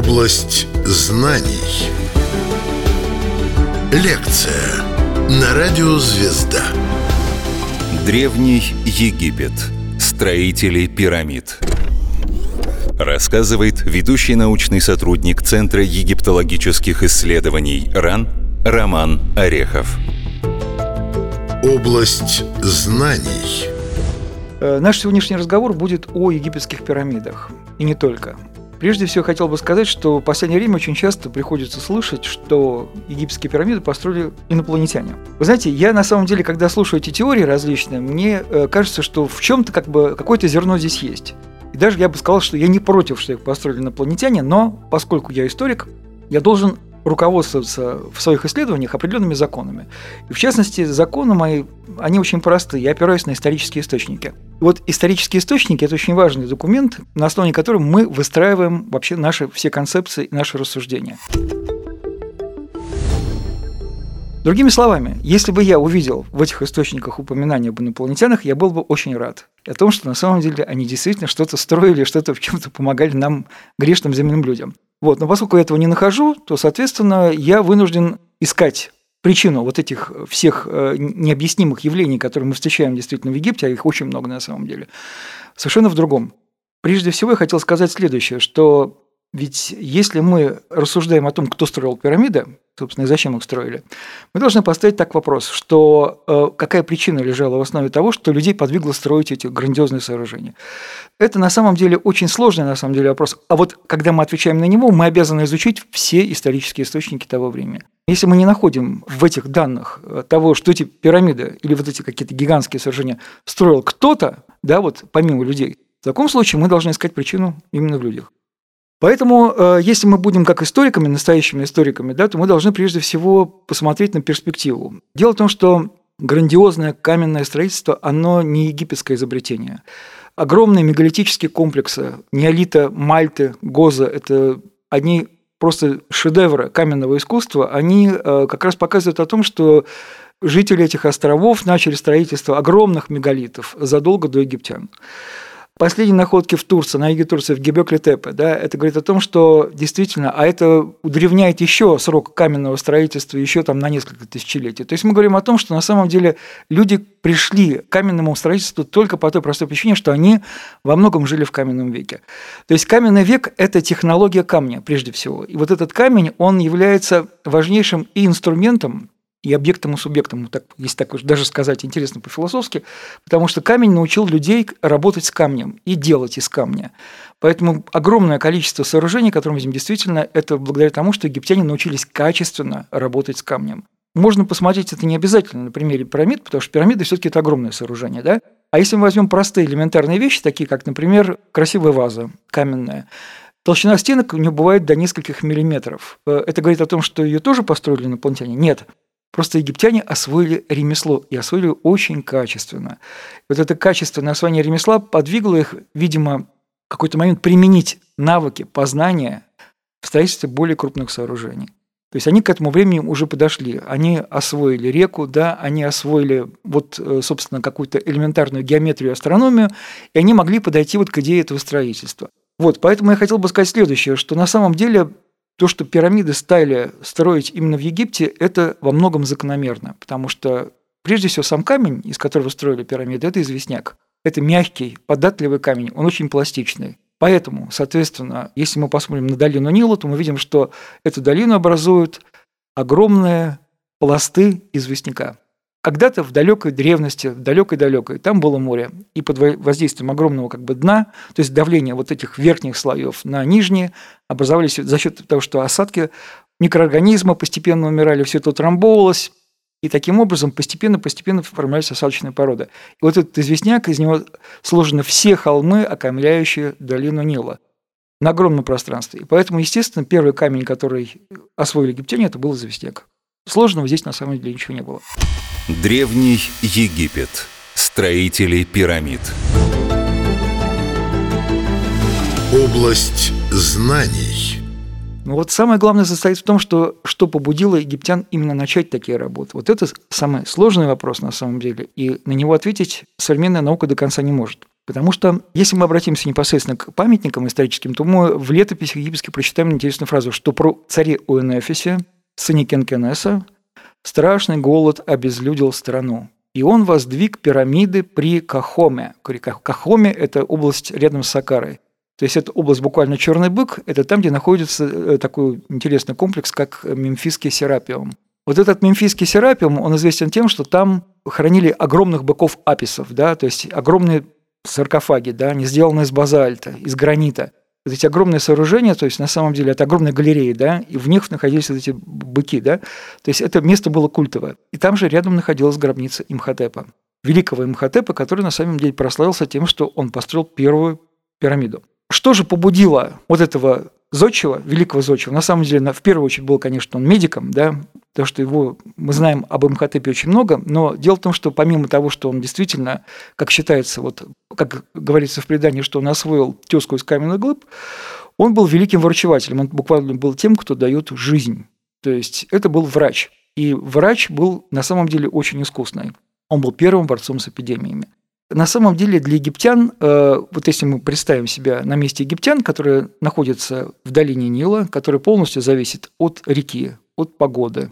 Область знаний. Лекция на радио «Звезда». Древний Египет. Строители пирамид. Рассказывает ведущий научный сотрудник Центра египтологических исследований РАН Роман Орехов. Область знаний. Наш сегодняшний разговор будет о египетских пирамидах. И не только. Прежде всего, хотел бы сказать, что в последнее время очень часто приходится слышать, что египетские пирамиды построили инопланетяне. Вы знаете, я на самом деле, когда слушаю эти теории различные, мне кажется, что в чем-то какое-то зерно здесь есть. И даже я бы сказал, что я не против, что их построили инопланетяне, но поскольку я историк, я должен руководствоваться в своих исследованиях определенными законами. И в частности, законы мои, они очень простые. Я опираюсь на исторические источники. И вот исторические источники – это очень важный документ, на основе которого мы выстраиваем вообще наши все концепции и наши рассуждения. Другими словами, если бы я увидел в этих источниках упоминания об инопланетянах, я был бы очень рад. И о том, что на самом деле они действительно что-то строили, что-то в чем-то помогали нам, грешным земным людям. Вот. Но поскольку я этого не нахожу, то, соответственно, я вынужден искать причину вот этих всех необъяснимых явлений, которые мы встречаем действительно в Египте, а их очень много на самом деле, совершенно в другом. Прежде всего, я хотел сказать следующее, что ведь если мы рассуждаем о том, кто строил пирамиды, собственно, и зачем их строили, мы должны поставить так вопрос, что какая причина лежала в основе того, что людей подвигло строить эти грандиозные сооружения. Это на самом деле очень сложный вопрос. А вот когда мы отвечаем на него, мы обязаны изучить все исторические источники того времени. Если мы не находим в этих данных того, что эти пирамиды или вот эти какие-то гигантские сооружения строил кто-то, да, вот помимо людей, в таком случае мы должны искать причину именно в людях. Поэтому, если мы будем как историками, настоящими историками, да, то мы должны прежде всего посмотреть на перспективу. Дело в том, что грандиозное каменное строительство, оно не египетское изобретение. Огромные мегалитические комплексы неолита, Мальты, Гоза – это одни просто шедевры каменного искусства. Они как раз показывают о том, что жители этих островов начали строительство огромных мегалитов задолго до египтян. Последние находки в Турции, на юге Турции, в Гебекли-Тепе, да, это говорит о том, что действительно, а это удревняет еще срок каменного строительства еще там на несколько тысячелетий. То есть мы говорим о том, что на самом деле люди пришли к каменному строительству только по той простой причине, что они во многом жили в каменном веке. То есть каменный век – это технология камня прежде всего. И вот этот камень, он является важнейшим и инструментом, и объектом, и субъектом, если так даже сказать интересно по-философски, потому что камень научил людей работать с камнем и делать из камня. Поэтому огромное количество сооружений, которые мы видим, действительно, это благодаря тому, что египтяне научились качественно работать с камнем. Можно посмотреть это не обязательно на примере пирамид, потому что пирамиды все-таки это огромное сооружение, да? А если мы возьмем простые элементарные вещи, такие как, например, красивая ваза каменная, толщина стенок у нее бывает до нескольких миллиметров. Это говорит о том, что ее тоже построили инопланетяне? Нет. Просто египтяне освоили ремесло, и освоили очень качественно. Вот это качественное освоение ремесла подвигло их, видимо, в какой-то момент применить навыки познания в строительстве более крупных сооружений. То есть они к этому времени уже подошли. Они освоили реку, да, они освоили собственно, какую-то элементарную геометрию и астрономию, и они могли подойти к идее этого строительства. Поэтому я хотел бы сказать следующее, что на самом деле то, что пирамиды стали строить именно в Египте, это во многом закономерно, потому что, прежде всего, сам камень, из которого строили пирамиды, это известняк. Это мягкий, податливый камень, он очень пластичный. Поэтому, соответственно, если мы посмотрим на долину Нила, то мы видим, что эту долину образуют огромные пласты известняка. Когда-то в далекой древности, в далекой-далекой, там было море, и под воздействием огромного дна, то есть давления этих верхних слоев на нижние, образовались за счет того, что осадки микроорганизмы постепенно умирали, все это утрамбовывалось, и таким образом постепенно формировались осадочные породы. И этот известняк, из него сложены все холмы, окаймляющие долину Нила на огромном пространстве. И поэтому, естественно, первый камень, который освоили египтяне, это был известняк. Сложного здесь на самом деле ничего не было. Древний Египет. Строители пирамид. Область знаний. Самое главное состоит в том, что побудило египтян именно начать такие работы. Это самый сложный вопрос на самом деле, и на него ответить современная наука до конца не может. Потому что, если мы обратимся непосредственно к памятникам историческим, то мы в летописях египетских прочитаем интересную фразу, что про царе Уэнефисе, сыне Кенкенеса, страшный голод обезлюдил страну. И он воздвиг пирамиды при Кахоме. Кахоме – это область рядом с Саккарой. То есть это область буквально Черный бык, это там, где находится такой интересный комплекс, как Мемфисский Серапиум. Вот этот Мемфисский Серапиум, он известен тем, что там хоронили огромных быков-аписов, да, то есть огромные саркофаги, да, они сделаны из базальта, из гранита. Вот эти огромные сооружения, то есть на самом деле это огромные галереи, да, и в них находились вот эти быки, да, то есть это место было культовое. И там же рядом находилась гробница Имхотепа, великого Имхотепа, который на самом деле прославился тем, что он построил первую пирамиду. Что же побудило вот этого зодчего, великого зодчего? На самом деле, в первую очередь, был, конечно, он медиком, да, потому что мы знаем об Имхотепе очень много, но дело в том, что помимо того, что он действительно, как считается, вот, как говорится в предании, что он освоил теску из каменных глыб, он был великим врачевателем, он буквально был тем, кто дает жизнь. То есть это был врач. И врач был на самом деле очень искусный. Он был первым борцом с эпидемиями. На самом деле для египтян, вот если мы представим себя на месте египтян, которые находятся в долине Нила, который полностью зависит от реки, от погоды,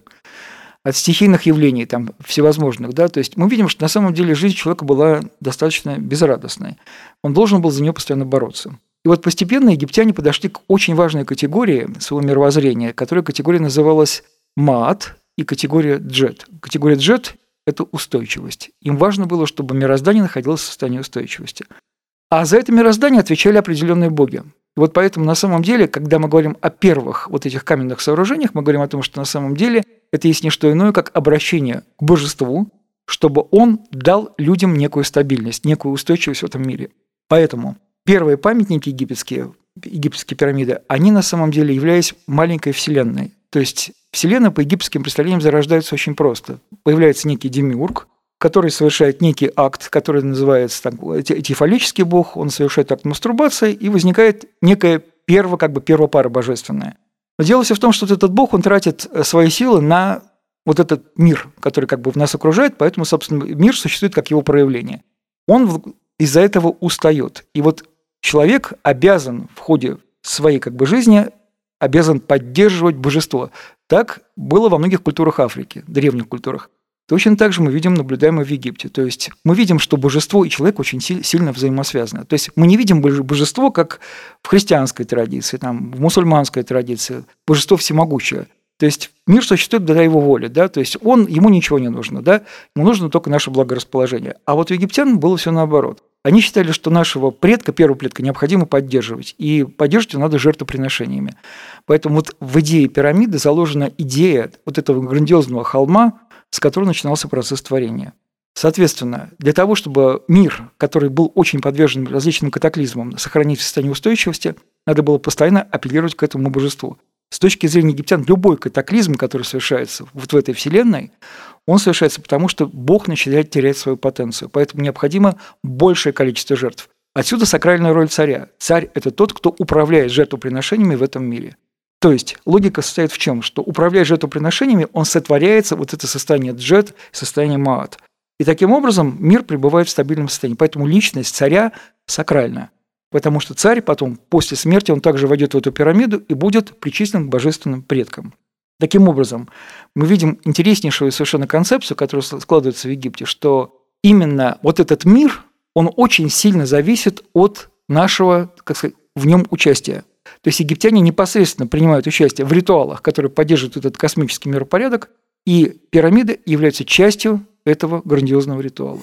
от стихийных явлений там всевозможных, да, то есть мы видим, что на самом деле жизнь человека была достаточно безрадостной. Он должен был за нее постоянно бороться. И вот постепенно египтяне подошли к очень важной категории своего мировоззрения, которая категория называлась Маат и категория Джет. Категория Джет – это устойчивость. Им важно было, чтобы мироздание находилось в состоянии устойчивости. А за это мироздание отвечали определенные боги. И вот поэтому на самом деле, когда мы говорим о первых вот этих каменных сооружениях, мы говорим о том, что на самом деле это есть не что иное, как обращение к божеству, чтобы он дал людям некую стабильность, некую устойчивость в этом мире. Поэтому первые памятники египетские пирамиды, они на самом деле являлись маленькой вселенной. То есть вселенная по египетским представлениям зарождается очень просто. Появляется некий демиург, который совершает некий акт, который называется тефалический бог, он совершает акт мастурбации, и возникает некая первая пара божественная. Но дело все в том, что этот бог, он тратит свои силы на вот этот мир, который нас окружает, поэтому, собственно, мир существует как его проявление. Он из-за этого устает. И вот человек обязан в ходе своей жизни обязан поддерживать божество. Так было во многих культурах Африки, древних культурах. Точно так же мы наблюдаем и в Египте. То есть мы видим, что божество и человек очень сильно взаимосвязаны. То есть мы не видим божество, как в христианской традиции, в мусульманской традиции, божество всемогущее. То есть мир существует для его воли, да? То есть ему ничего не нужно, да? Ему нужно только наше благорасположение. А вот у египтян было все наоборот. Они считали, что нашего первого предка необходимо поддерживать, и поддерживать его надо жертвоприношениями. Поэтому вот в идее пирамиды заложена идея вот этого грандиозного холма, с которого начинался процесс творения. Соответственно, для того, чтобы мир, который был очень подвержен различным катаклизмам, сохранить в состоянии устойчивости, надо было постоянно апеллировать к этому божеству. С точки зрения египтян, любой катаклизм, который совершается вот в этой вселенной, он совершается потому, что Бог начинает терять свою потенцию. Поэтому необходимо большее количество жертв. Отсюда сакральная роль царя. Царь – это тот, кто управляет жертвоприношениями в этом мире. То есть логика состоит в чем? Что, управляя жертвоприношениями, он сотворяется вот это состояние джет, состояние маат. И таким образом мир пребывает в стабильном состоянии. Поэтому личность царя сакральна. Потому что царь потом, после смерти, он также войдет в эту пирамиду и будет причислен к божественным предкам. Таким образом, мы видим интереснейшую совершенно концепцию, которая складывается в Египте, что именно вот этот мир, он очень сильно зависит от нашего, в нем участия. То есть египтяне непосредственно принимают участие в ритуалах, которые поддерживают этот космический миропорядок, и пирамиды являются частью этого грандиозного ритуала.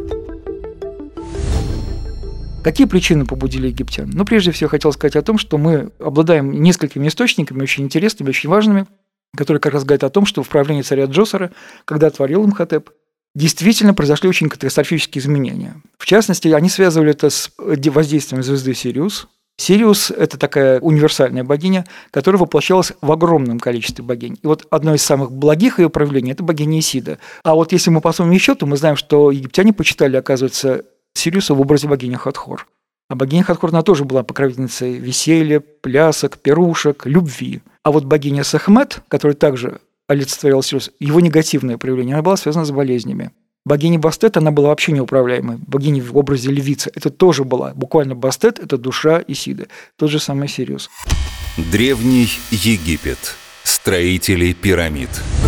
Какие причины побудили египтян? Прежде всего, хотел сказать о том, что мы обладаем несколькими источниками, очень интересными, очень важными, которые как раз говорят о том, что в правлении царя Джосера, когда творил Имхотеп, действительно произошли очень катастрофические изменения. В частности, они связывали это с воздействием звезды Сириус. Сириус – это такая универсальная богиня, которая воплощалась в огромном количестве богинь. И вот одно из самых благих ее проявлений – это богиня Исида. А вот если мы посмотрим еще, то мы знаем, что египтяне почитали, оказывается, Сириуса в образе богини Хатхор. А богиня Хатхор, она тоже была покровительницей веселья, плясок, пирушек, любви. А вот богиня Сехмет, которая также олицетворяла Сириус, его негативное проявление, она была связана с болезнями. Богиня Бастет, она была вообще неуправляемой. Богиня в образе львицы. Это тоже была. Буквально Бастет – это душа Исиды. Тот же самый Сириус. Древний Египет. Строители пирамид.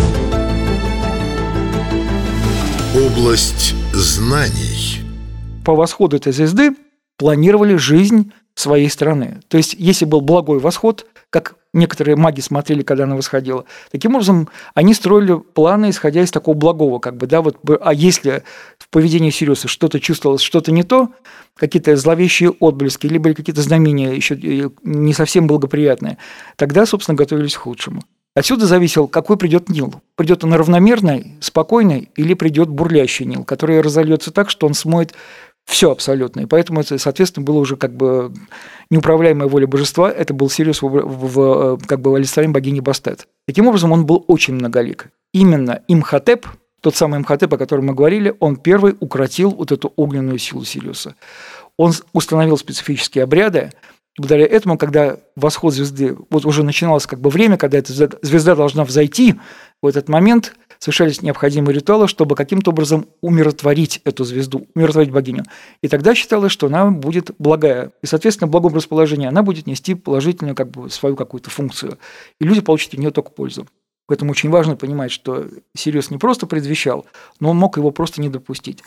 Область знаний. По восходу этой звезды планировали жизнь своей страны. То есть, если был благой восход, как некоторые маги смотрели, когда она восходила, таким образом они строили планы, исходя из такого благого, а если в поведении Сириуса что-то чувствовалось, что-то не то, какие-то зловещие отблески, либо какие-то знамения еще не совсем благоприятные, тогда, собственно, готовились к худшему. Отсюда зависело, какой придет Нил. Придет он равномерный, спокойный, или придет бурлящий Нил, который разольется так, что он смоет все абсолютно. И поэтому это, соответственно, было уже неуправляемая воля божества. Это был Сириус в олицетворении богини Бастет. Таким образом, он был очень многолик. Именно Имхотеп, тот самый Имхотеп, о котором мы говорили, он первый укротил вот эту огненную силу Сириуса. Он установил специфические обряды. Благодаря этому, когда восход звезды, уже начиналось время, когда эта звезда должна взойти, в этот момент совершались необходимые ритуалы, чтобы каким-то образом умиротворить эту звезду, умиротворить богиню. И тогда считалось, что она будет благая. И, соответственно, в благом расположении она будет нести положительную свою какую-то функцию. И люди получат от нее только пользу. Поэтому очень важно понимать, что Сириус не просто предвещал, но он мог его просто не допустить.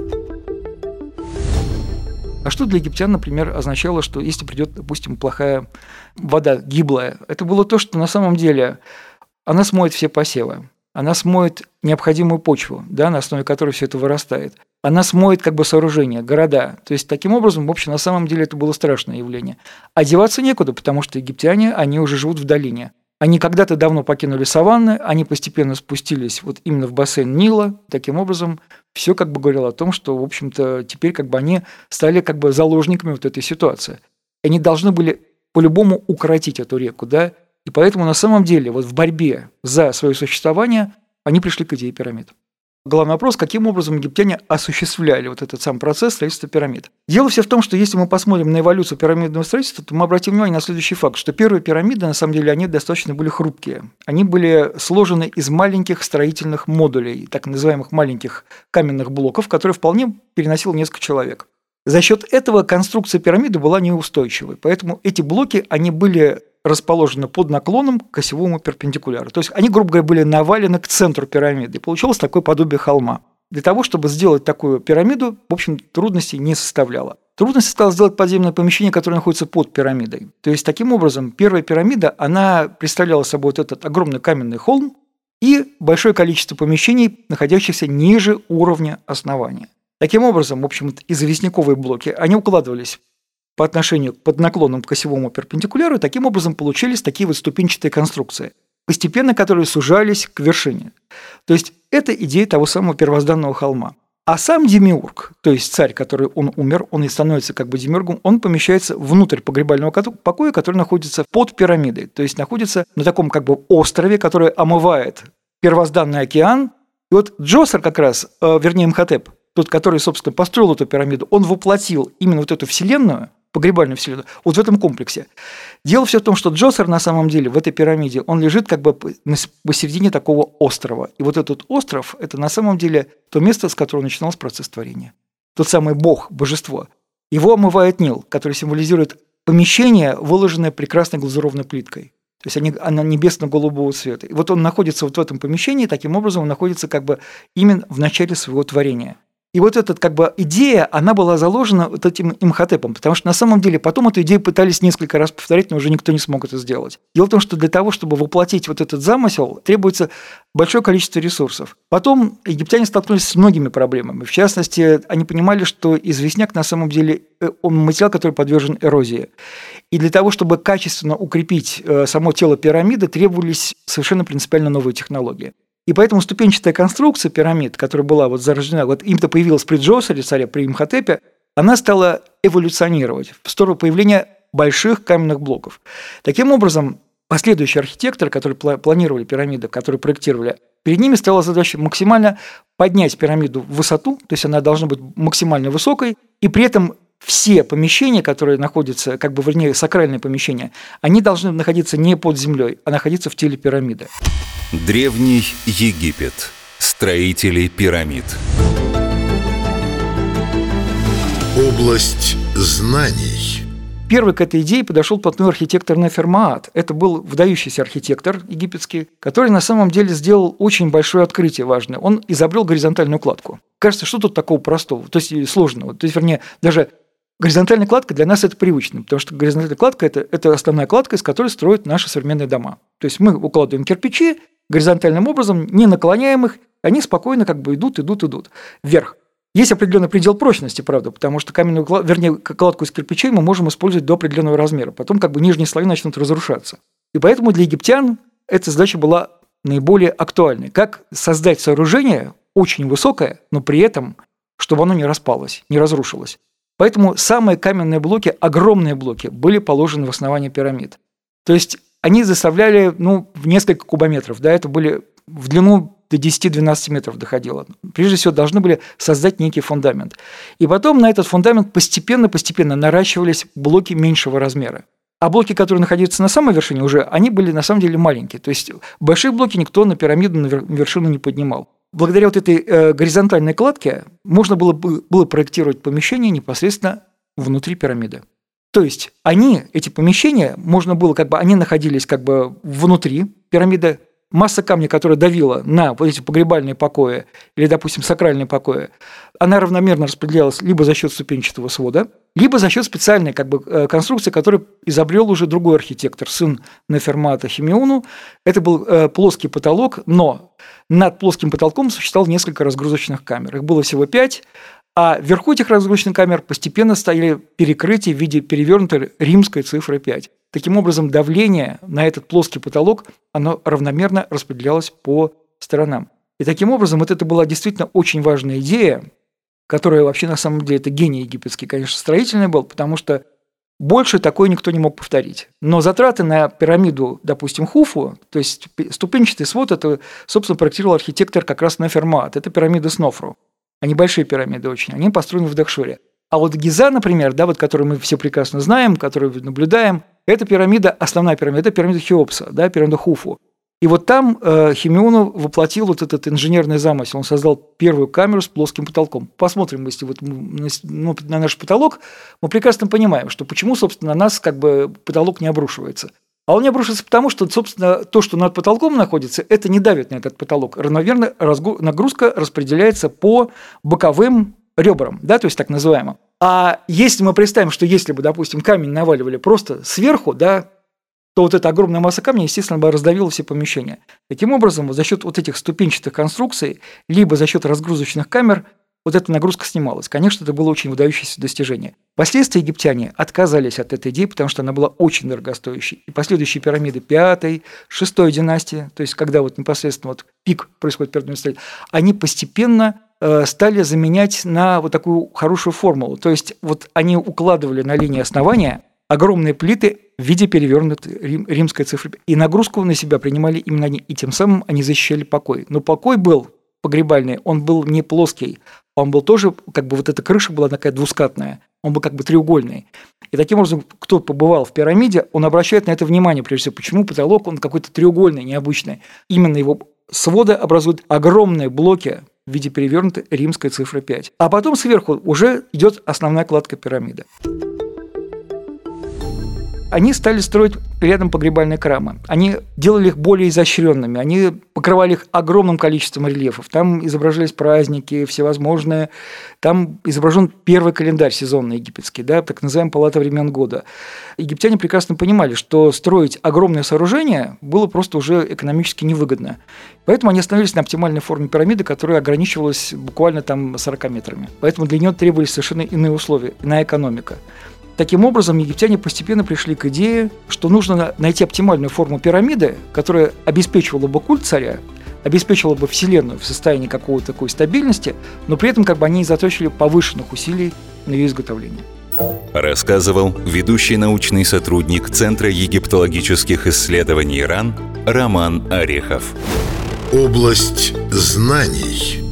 А что для египтян, например, означало, что если придет, допустим, плохая вода, гиблая, это было то, что на самом деле она смоет все посевы, она смоет необходимую почву, на основе которой все это вырастает, она смоет сооружения, города. То есть, таким образом, в общем, на самом деле это было страшное явление. А деваться некуда, потому что египтяне, они уже живут в долине. Они когда-то давно покинули саванны, они постепенно спустились именно в бассейн Нила. Таким образом, все говорило о том, что, в общем-то, теперь они стали заложниками этой ситуации. Они должны были по-любому укоротить эту реку, И поэтому, на самом деле, в борьбе за свое существование они пришли к идее пирамид. Главный вопрос, каким образом египтяне осуществляли этот сам процесс строительства пирамид. Дело все в том, что если мы посмотрим на эволюцию пирамидного строительства, то мы обратим внимание на следующий факт, что первые пирамиды, на самом деле, они достаточно были хрупкие. Они были сложены из маленьких строительных модулей, так называемых маленьких каменных блоков, которые вполне переносил несколько человек. За счет этого конструкция пирамиды была неустойчивой, поэтому эти блоки, они были расположены под наклоном к осевому перпендикуляру. То есть они, грубо говоря, были навалены к центру пирамиды. И получилось такое подобие холма. Для того, чтобы сделать такую пирамиду, в общем, трудностей не составляло. Трудность составила сделать подземное помещение, которое находится под пирамидой. То есть, таким образом, первая пирамида, она представляла собой этот огромный каменный холм и большое количество помещений, находящихся ниже уровня основания. Таким образом, в общем, известняковые блоки, они укладывались по отношению под наклоном к осевому перпендикуляру, и таким образом получились такие ступенчатые конструкции, постепенно которые сужались к вершине. То есть это идея того самого первозданного холма. А сам демиург, то есть царь, который он умер, он и становится демиургом, он помещается внутрь погребального покоя, который находится под пирамидой, то есть находится на таком острове, который омывает первозданный океан. И Джосер Имхотеп, тот, который, собственно, построил эту пирамиду, он воплотил именно эту вселенную, погребальную вселенную, в этом комплексе. Дело все в том, что Джосер на самом деле в этой пирамиде, он лежит посередине такого острова. И этот остров – это на самом деле то место, с которого начинался процесс творения. Тот самый бог, божество. Его омывает Нил, который символизирует помещение, выложенное прекрасной глазурованной плиткой. То есть она небесно-голубого цвета. И он находится в этом помещении, таким образом он находится именно в начале своего творения. И эта идея, она была заложена этим Имхотепом, потому что на самом деле потом эту идею пытались несколько раз повторять, но уже никто не смог это сделать. Дело в том, что для того, чтобы воплотить этот замысел, требуется большое количество ресурсов. Потом египтяне столкнулись с многими проблемами. В частности, они понимали, что известняк на самом деле он материал, который подвержен эрозии. И для того, чтобы качественно укрепить само тело пирамиды, требовались совершенно принципиально новые технологии. И поэтому ступенчатая конструкция пирамид, которая была зарождена, им-то появилась при Джосере, царе, при Имхотепе, она стала эволюционировать в сторону появления больших каменных блоков. Таким образом, последующие архитекторы, которые планировали пирамиды, которые проектировали, перед ними стояла задача максимально поднять пирамиду в высоту, то есть она должна быть максимально высокой, и при этом все помещения, которые находятся, сакральные помещения, они должны находиться не под землей, а находиться в теле пирамиды. Древний Египет. Строители пирамид. Область знаний. Первый к этой идее подошел плотной архитектор Нефер Маат. Это был выдающийся архитектор египетский, который на самом деле сделал очень большое открытие важное. Он изобрел горизонтальную кладку. Кажется, что тут такого простого, то есть сложного. То есть, вернее, даже горизонтальная кладка для нас это привычно, потому что горизонтальная кладка это основная кладка, из которой строят наши современные дома. То есть мы укладываем кирпичи горизонтальным образом, не наклоняем их, они спокойно как бы идут вверх. Есть определенный предел прочности, правда, потому что кладку из кирпичей мы можем использовать до определенного размера. Потом как бы нижние слои начнут разрушаться. И поэтому для египтян эта задача была наиболее актуальной. Как создать сооружение очень высокое, но при этом, чтобы оно не распалось, не разрушилось. Поэтому самые каменные блоки, огромные блоки, были положены в основание пирамид. То есть они заставляли в несколько кубометров. Да, это были в длину до 10-12 метров доходило. Прежде всего, должны были создать некий фундамент. И потом на этот фундамент постепенно наращивались блоки меньшего размера. А блоки, которые находятся на самой вершине, они были на самом деле маленькие. То есть большие блоки никто на пирамиду, на вершину не поднимал. Благодаря вот этой горизонтальной кладке можно было проектировать помещения непосредственно внутри пирамиды. То есть эти помещения, они находились внутри пирамиды. Масса камня, которая давила на вот эти погребальные покои или, допустим, сакральные покои, она равномерно распределялась либо за счет ступенчатого свода, либо за счет специальной конструкции, которую изобрел уже другой архитектор, сын Нефер Маата Хемиону. Это был плоский потолок, но над плоским потолком существовало несколько разгрузочных камер. Их было всего 5, а вверху этих разгрузочных камер постепенно стояли перекрытия в виде перевернутой римской цифры 5. Таким образом, давление на этот плоский потолок, оно равномерно распределялось по сторонам. И таким образом, вот это была действительно очень важная идея, которая вообще на самом деле, это гений египетский, конечно, строительный был, потому что больше такое никто не мог повторить. Но затраты на пирамиду, допустим, Хуфу, то есть ступенчатый свод, это, собственно, проектировал архитектор как раз Нефер Маат. Это пирамида Снофру. Они большие пирамиды очень, они построены в Дахшуре. А вот Гиза, например, которую мы все прекрасно знаем, которую наблюдаем, это пирамида, основная пирамида, это пирамида Хеопса, пирамида Хуфу. И вот там Хемиону воплотил вот этот инженерный замысел. Он создал первую камеру с плоским потолком. Посмотрим, если на наш потолок, мы прекрасно понимаем, что почему, собственно, на нас потолок не обрушивается. А он не обрушивается потому, что, собственно, то, что над потолком находится, это не давит на этот потолок. Равномерно нагрузка распределяется по боковым ребрам, то есть так называемым. А если мы представим, что если бы, допустим, камень наваливали просто сверху, то вот эта огромная масса камня, естественно, бы раздавила все помещения. Таким образом, за счет вот этих ступенчатых конструкций, либо за счет разгрузочных камер, вот эта нагрузка снималась. Конечно, это было очень выдающееся достижение. Впоследствии египтяне отказались от этой идеи, потому что она была очень дорогостоящей. И последующие пирамиды 5-й, 6-й династии, то есть когда непосредственно пик происходит перед нами, они постепенно стали заменять на вот такую хорошую формулу. То есть они укладывали на линии основания огромные плиты в виде перевернутой римской цифры. И нагрузку на себя принимали именно они. И тем самым они защищали покой. Но покой был погребальный, он был не плоский. Он был тоже, эта крыша была такая двускатная. Он был треугольный. И таким образом, кто побывал в пирамиде, он обращает на это внимание, прежде всего, почему потолок, он какой-то треугольный, необычный. Именно его своды образуют огромные блоки в виде перевернутой римской цифры 5. А потом сверху уже идет основная кладка пирамиды. Они стали строить рядом погребальные храмы. Они делали их более изощренными, они покрывали их огромным количеством рельефов. Там изображались праздники всевозможные, там изображен первый календарь сезонный египетский, так называемая палата времен года. Египтяне прекрасно понимали, что строить огромное сооружение было просто уже экономически невыгодно. Поэтому они остановились на оптимальной форме пирамиды, которая ограничивалась буквально 40 метрами. Поэтому для нее требовались совершенно иные условия, иная экономика. Таким образом, египтяне постепенно пришли к идее, что нужно найти оптимальную форму пирамиды, которая обеспечивала бы культ царя, обеспечивала бы Вселенную в состоянии какой-то такой стабильности, но при этом они не заточили повышенных усилий на ее изготовление. Рассказывал ведущий научный сотрудник Центра египтологических исследований РАН Роман Орехов. Область знаний.